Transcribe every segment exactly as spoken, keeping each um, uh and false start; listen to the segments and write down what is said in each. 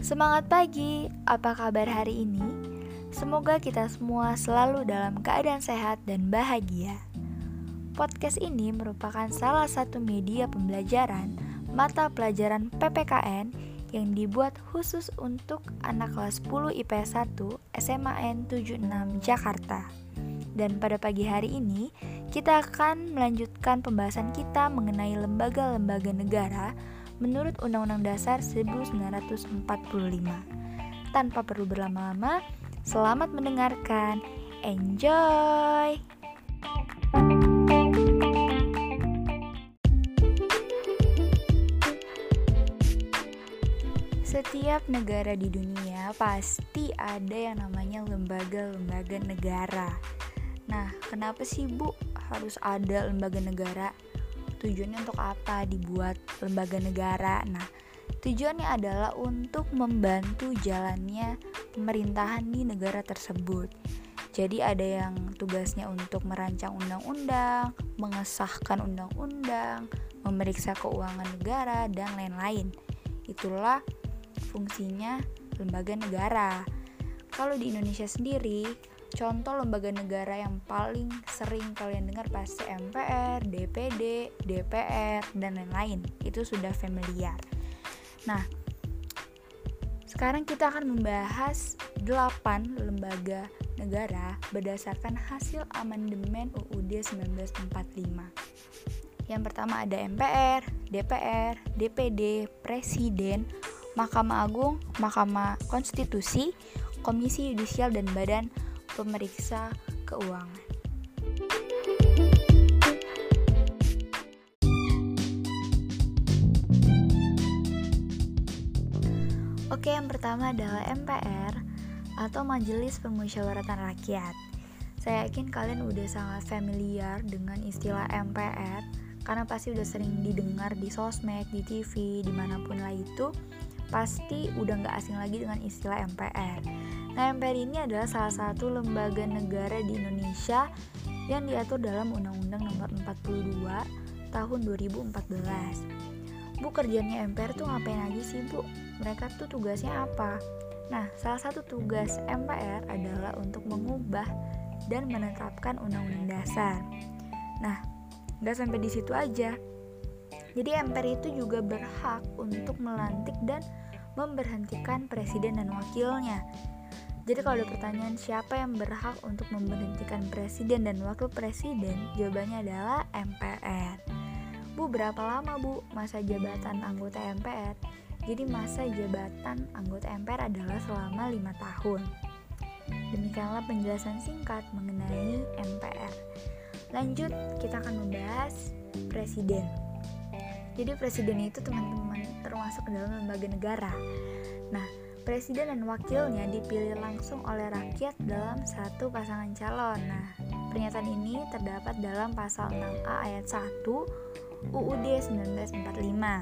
Semangat pagi, apa kabar hari ini? Semoga kita semua selalu dalam keadaan sehat dan bahagia. Podcast ini merupakan salah satu media pembelajaran mata pelajaran P P K N yang dibuat khusus untuk anak kelas sepuluh I P S satu S M A N tujuh puluh enam Jakarta. Dan pada pagi hari ini, kita akan melanjutkan pembahasan kita mengenai lembaga-lembaga negara menurut Undang-Undang Dasar seribu sembilan ratus empat puluh lima. Tanpa perlu berlama-lama, selamat mendengarkan. Enjoy! Setiap negara di dunia pasti ada yang namanya lembaga-lembaga negara. Nah, kenapa sih Bu harus ada lembaga negara? Tujuannya untuk apa dibuat lembaga negara? Nah, tujuannya adalah untuk membantu jalannya pemerintahan di negara tersebut. Jadi ada yang tugasnya untuk merancang undang-undang, mengesahkan undang-undang, memeriksa keuangan negara, dan lain-lain. Itulah fungsinya lembaga negara. Kalau di Indonesia sendiri, contoh lembaga negara yang paling sering kalian dengar pasti M P R, D P D, D P R, dan lain-lain. Itu sudah familiar. Nah, sekarang kita akan membahas delapan lembaga negara berdasarkan hasil amandemen U U D seribu sembilan ratus empat puluh lima. Yang pertama ada M P R, D P R, D P D, Presiden, Mahkamah Agung, Mahkamah Konstitusi, Komisi Yudisial, dan Badan Pemeriksa Keuangan. Oke, yang pertama adalah M P R atau Majelis Permusyawaratan Rakyat. Saya yakin kalian udah sangat familiar dengan istilah M P R karena pasti udah sering didengar di sosmed, di T V, dimanapun lah itu, pasti udah gak asing lagi dengan istilah M P R. Nah, M P R ini adalah salah satu lembaga negara di Indonesia yang diatur dalam Undang-Undang Nomor empat puluh dua Tahun dua ribu empat belas. Bu, kerjanya M P R tuh ngapain aja sih, Bu? Mereka tuh tugasnya apa? Nah, salah satu tugas M P R adalah untuk mengubah dan menetapkan Undang-Undang Dasar. Nah, gak sampai di situ aja. Jadi M P R itu juga berhak untuk melantik dan memberhentikan presiden dan wakilnya. Jadi kalau ada pertanyaan siapa yang berhak untuk memberhentikan presiden dan wakil presiden, jawabannya adalah M P R. Bu, berapa lama Bu masa jabatan anggota M P R? Jadi masa jabatan anggota M P R adalah selama lima tahun. Demikianlah penjelasan singkat mengenai M P R. Lanjut, kita akan membahas presiden. Jadi presiden itu teman-teman termasuk dalam lembaga negara. Nah, presiden dan wakilnya dipilih langsung oleh rakyat dalam satu pasangan calon. Nah, pernyataan ini terdapat dalam pasal enam A ayat satu U U D seribu sembilan ratus empat puluh lima.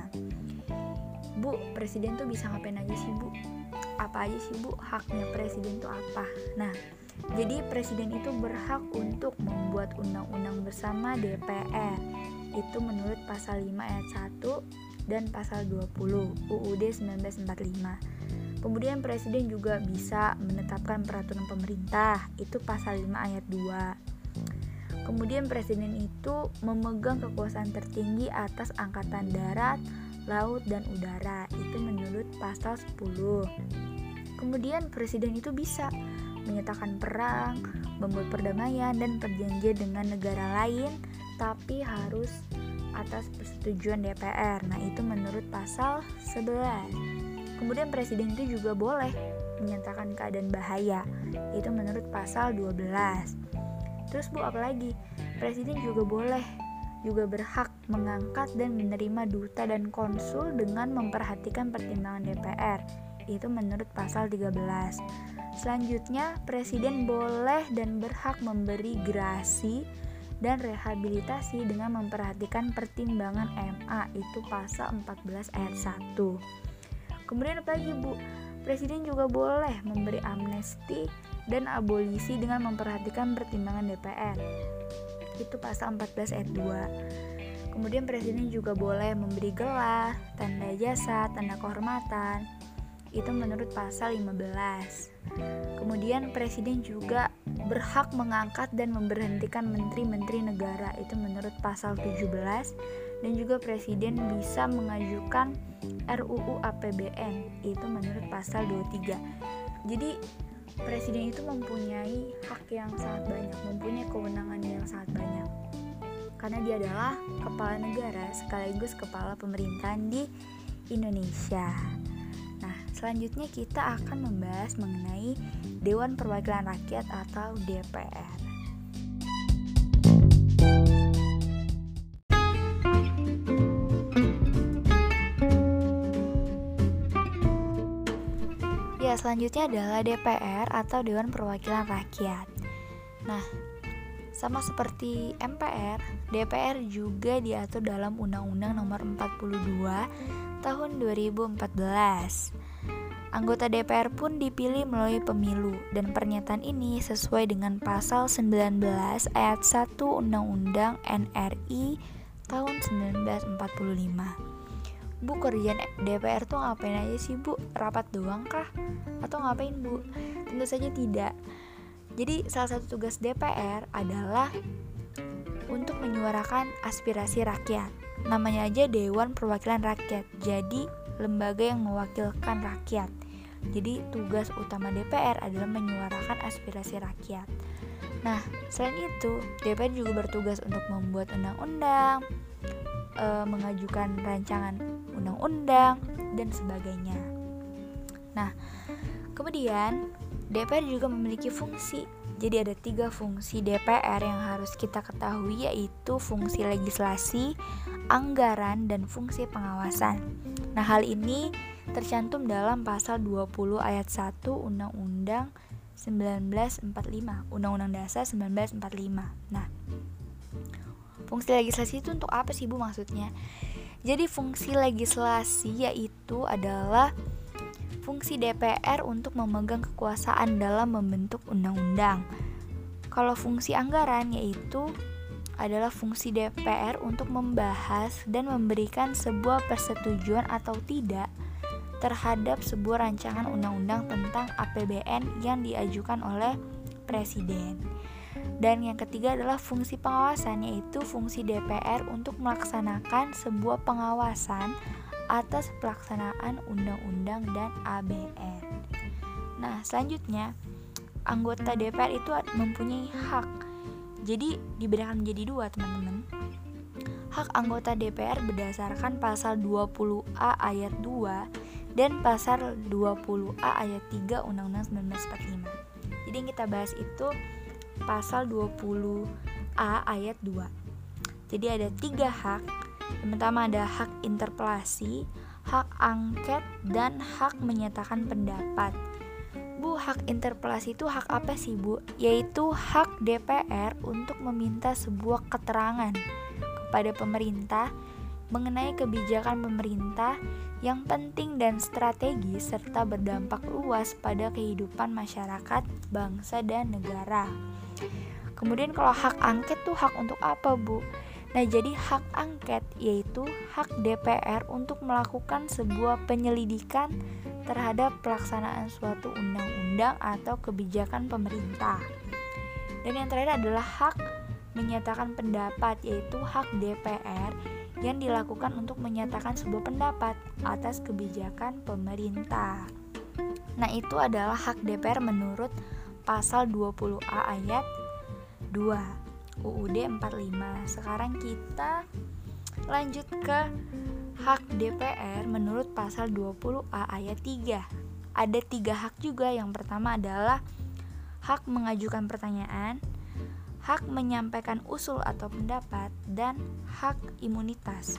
Bu, presiden tuh bisa ngapain aja sih, Bu? Apa aja sih, Bu? Haknya presiden tuh apa? Nah, jadi presiden itu berhak untuk membuat undang-undang bersama D P R. Itu menurut pasal lima ayat satu dan pasal dua puluh U U D seribu sembilan ratus empat puluh lima. Kemudian presiden juga bisa menetapkan peraturan pemerintah, itu pasal lima ayat dua. Kemudian presiden itu memegang kekuasaan tertinggi atas angkatan darat, laut, dan udara, itu menurut pasal sepuluh. Kemudian presiden itu bisa menyatakan perang, membuat perdamaian dan perjanjian dengan negara lain, tapi harus atas persetujuan D P R. Nah, itu menurut pasal sebelas. Kemudian presiden itu juga boleh menyatakan keadaan bahaya, itu menurut pasal dua belas. Terus Bu, apalagi? Presiden juga boleh juga berhak mengangkat dan menerima duta dan konsul dengan memperhatikan pertimbangan D P R, itu menurut pasal tiga belas. Selanjutnya, presiden boleh dan berhak memberi gerasi dan rehabilitasi dengan memperhatikan pertimbangan M A, itu pasal empat belas ayat satu. Kemudian apa lagi, Bu? Presiden juga boleh memberi amnesti dan abolisi dengan memperhatikan pertimbangan D P R. Itu pasal empat belas ayat dua. Kemudian presiden juga boleh memberi gelar, tanda jasa, tanda kehormatan, itu menurut pasal lima belas. Kemudian presiden juga berhak mengangkat dan memberhentikan menteri-menteri negara, itu menurut pasal tujuh belas. Dan juga presiden bisa mengajukan R U U A P B N, itu menurut pasal dua puluh tiga. Jadi presiden itu mempunyai hak yang sangat banyak, mempunyai kewenangan yang sangat banyak, karena dia adalah kepala negara sekaligus kepala pemerintahan di Indonesia. Nah, selanjutnya kita akan membahas mengenai Dewan Perwakilan Rakyat atau D P R. Ya, selanjutnya adalah D P R atau Dewan Perwakilan Rakyat. Nah, sama seperti M P R, D P R juga diatur dalam Undang-Undang Nomor empat puluh dua Tahun dua ribu empat belas. Anggota D P R pun dipilih melalui pemilu, dan pernyataan ini sesuai dengan pasal sembilan belas ayat satu Undang-Undang N R I tahun seribu sembilan ratus empat puluh lima. Bu, kerjaan D P R tuh ngapain aja sih, Bu? Rapat doang kah? Atau ngapain, Bu? Tentu saja tidak. Jadi salah satu tugas D P R adalah untuk menyuarakan aspirasi rakyat. Namanya aja Dewan Perwakilan Rakyat, jadi lembaga yang mewakilkan rakyat. Jadi tugas utama D P R adalah menyuarakan aspirasi rakyat. Nah, selain itu, D P R juga bertugas untuk membuat undang-undang, e, mengajukan rancangan undang-undang, dan sebagainya. Nah, kemudian D P R juga memiliki fungsi. Jadi ada tiga fungsi D P R yang harus kita ketahui, yaitu fungsi legislasi, anggaran, dan fungsi pengawasan. Nah, hal ini tercantum dalam pasal dua puluh ayat satu Undang-Undang seribu sembilan ratus empat puluh lima, Undang-Undang Dasar seribu sembilan ratus empat puluh lima. Nah, fungsi legislasi itu untuk apa sih, Bu, maksudnya? Jadi fungsi legislasi yaitu adalah fungsi D P R untuk memegang kekuasaan dalam membentuk undang-undang. Kalau fungsi anggaran yaitu adalah fungsi D P R untuk membahas dan memberikan sebuah persetujuan atau tidak terhadap sebuah rancangan undang-undang tentang A P B N yang diajukan oleh presiden. Dan yang ketiga adalah fungsi pengawasan, yaitu fungsi D P R untuk melaksanakan sebuah pengawasan atas pelaksanaan undang-undang dan A B N. Nah, selanjutnya anggota D P R itu mempunyai hak. Jadi dibedakan menjadi dua, teman-teman. Hak anggota D P R berdasarkan pasal dua puluh A ayat dua dan pasal dua puluh A ayat tiga Undang-Undang seribu sembilan ratus empat puluh lima. Jadi yang kita bahas itu pasal dua puluh A ayat dua. Jadi ada tiga hak. Yang pertama ada hak interpelasi, hak angket, dan hak menyatakan pendapat. Bu, hak interpelasi itu hak apa sih, Bu? Yaitu hak D P R untuk meminta sebuah keterangan kepada pemerintah mengenai kebijakan pemerintah yang penting dan strategis serta berdampak luas pada kehidupan masyarakat, bangsa, dan negara. Kemudian kalau hak angket tuh hak untuk apa, Bu? Nah, jadi hak angket yaitu hak D P R untuk melakukan sebuah penyelidikan terhadap pelaksanaan suatu undang-undang atau kebijakan pemerintah. Dan yang terakhir adalah hak menyatakan pendapat, yaitu hak D P R yang dilakukan untuk menyatakan sebuah pendapat atas kebijakan pemerintah. Nah, itu adalah hak D P R menurut pasal dua puluh A ayat dua U U D empat puluh lima. Sekarang kita lanjut ke hak D P R menurut pasal dua puluh A ayat tiga. Ada tiga hak juga. Yang pertama adalah hak mengajukan pertanyaan, hak menyampaikan usul atau pendapat, dan hak imunitas.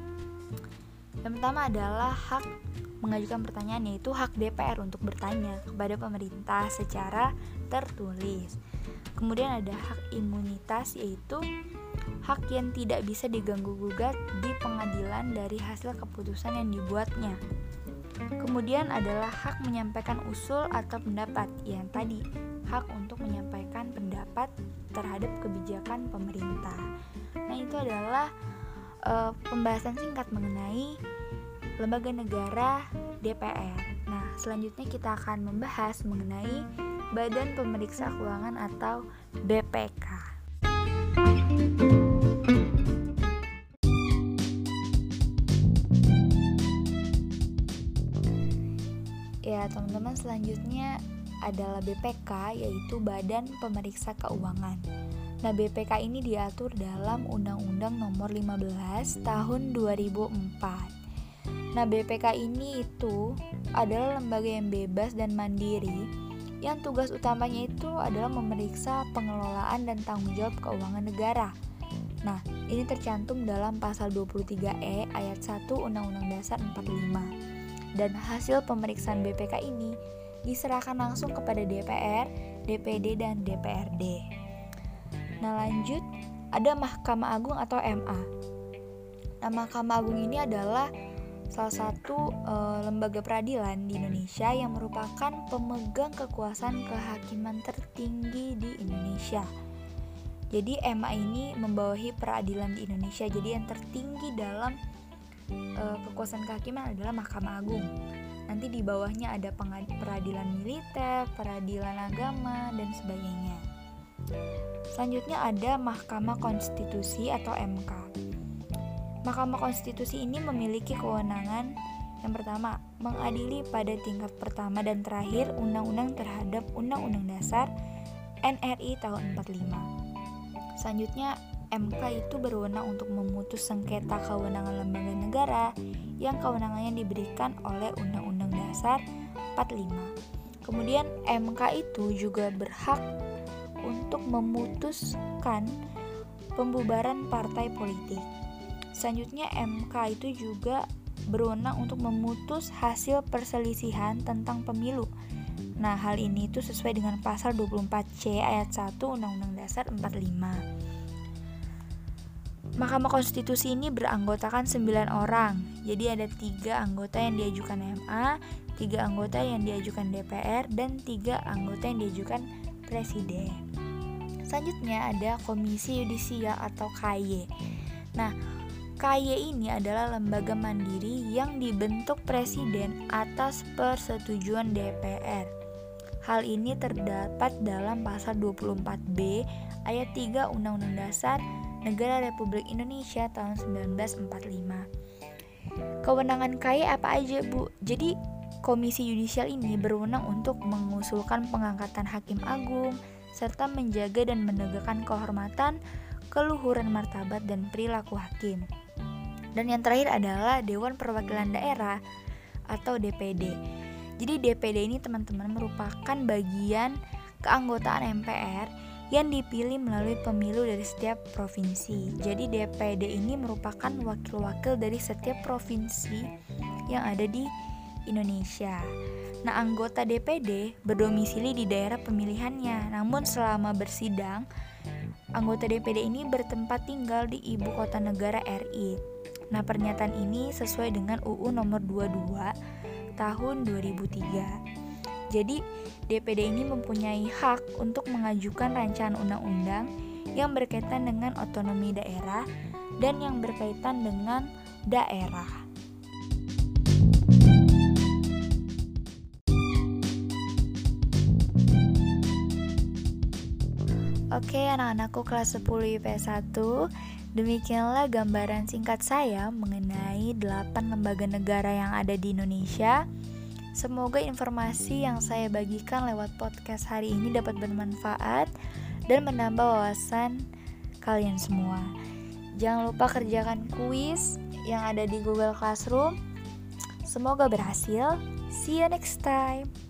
Yang pertama adalah hak mengajukan pertanyaan, yaitu hak D P R untuk bertanya kepada pemerintah secara tertulis. Kemudian ada hak imunitas, yaitu hak yang tidak bisa diganggu-gugat di pengadilan dari hasil keputusan yang dibuatnya. Kemudian adalah hak menyampaikan usul atau pendapat, yang tadi hak untuk menyampaikan pendapat terhadap kebijakan pemerintah. Nah, itu adalah e, pembahasan singkat mengenai lembaga negara D P R. Nah, selanjutnya kita akan membahas mengenai Badan Pemeriksa Keuangan atau B P K. Ya, teman-teman, selanjutnya adalah B P K, yaitu Badan Pemeriksa Keuangan. Nah, B P K ini diatur dalam Undang-Undang Nomor lima belas Tahun dua ribu empat. Nah, B P K ini itu adalah lembaga yang bebas dan mandiri yang tugas utamanya itu adalah memeriksa pengelolaan dan tanggung jawab keuangan negara. Nah, ini tercantum dalam pasal dua puluh tiga E ayat satu Undang-Undang Dasar empat puluh lima. Dan hasil pemeriksaan B P K ini diserahkan langsung kepada D P R, D P D, dan D P R D. Nah, lanjut ada Mahkamah Agung atau M A. Nah, Mahkamah Agung ini adalah salah satu e, lembaga peradilan di Indonesia yang merupakan pemegang kekuasaan kehakiman tertinggi di Indonesia. Jadi M A ini membawahi peradilan di Indonesia. Jadi yang tertinggi dalam e, kekuasaan kehakiman adalah Mahkamah Agung. Nanti di bawahnya ada pengad- peradilan militer, peradilan agama, dan sebagainya. Selanjutnya ada Mahkamah Konstitusi atau M K. Mahkamah Konstitusi ini memiliki kewenangan yang pertama, mengadili pada tingkat pertama dan terakhir undang-undang terhadap Undang-Undang Dasar N R I tahun empat puluh lima. Selanjutnya, M K itu berwenang untuk memutus sengketa kewenangan lembaga negara yang kewenangannya diberikan oleh Undang-Undang Dasar empat puluh lima. Kemudian M K itu juga berhak untuk memutuskan pembubaran partai politik. Selanjutnya, M K itu juga berwenang untuk memutus hasil perselisihan tentang pemilu. Nah, hal ini itu sesuai dengan pasal dua puluh empat C ayat satu Undang-Undang Dasar empat puluh lima. Mahkamah Konstitusi ini beranggotakan sembilan orang. Jadi ada tiga anggota yang diajukan M A, tiga anggota yang diajukan D P R, dan tiga anggota yang diajukan Presiden. Selanjutnya ada Komisi Yudisial atau K Y. Nah, K Y ini adalah lembaga mandiri yang dibentuk Presiden atas persetujuan D P R. Hal ini terdapat dalam pasal dua puluh empat B ayat tiga Undang-Undang Dasar Negara Republik Indonesia tahun seribu sembilan ratus empat puluh lima. Kewenangan K Y apa aja, Bu? Jadi, Komisi Yudisial ini berwenang untuk mengusulkan pengangkatan hakim agung serta menjaga dan menegakkan kehormatan, keluhuran martabat, dan perilaku hakim. Dan yang terakhir adalah Dewan Perwakilan Daerah atau D P D. Jadi D P D ini teman-teman merupakan bagian keanggotaan M P R yang dipilih melalui pemilu dari setiap provinsi. Jadi D P D ini merupakan wakil-wakil dari setiap provinsi yang ada di Indonesia. Nah, anggota D P D berdomisili di daerah pemilihannya. Namun selama bersidang, anggota D P D ini bertempat tinggal di ibu kota negara R I. Nah, pernyataan ini sesuai dengan U U nomor dua puluh dua tahun dua ribu tiga. Jadi, D P D ini mempunyai hak untuk mengajukan rancangan undang-undang yang berkaitan dengan otonomi daerah dan yang berkaitan dengan daerah. Oke, anak-anakku kelas sepuluh I P S satu, demikianlah gambaran singkat saya mengenai delapan lembaga negara yang ada di Indonesia. Semoga informasi yang saya bagikan lewat podcast hari ini dapat bermanfaat dan menambah wawasan kalian semua. Jangan lupa kerjakan kuis yang ada di Google Classroom. Semoga berhasil. See you next time.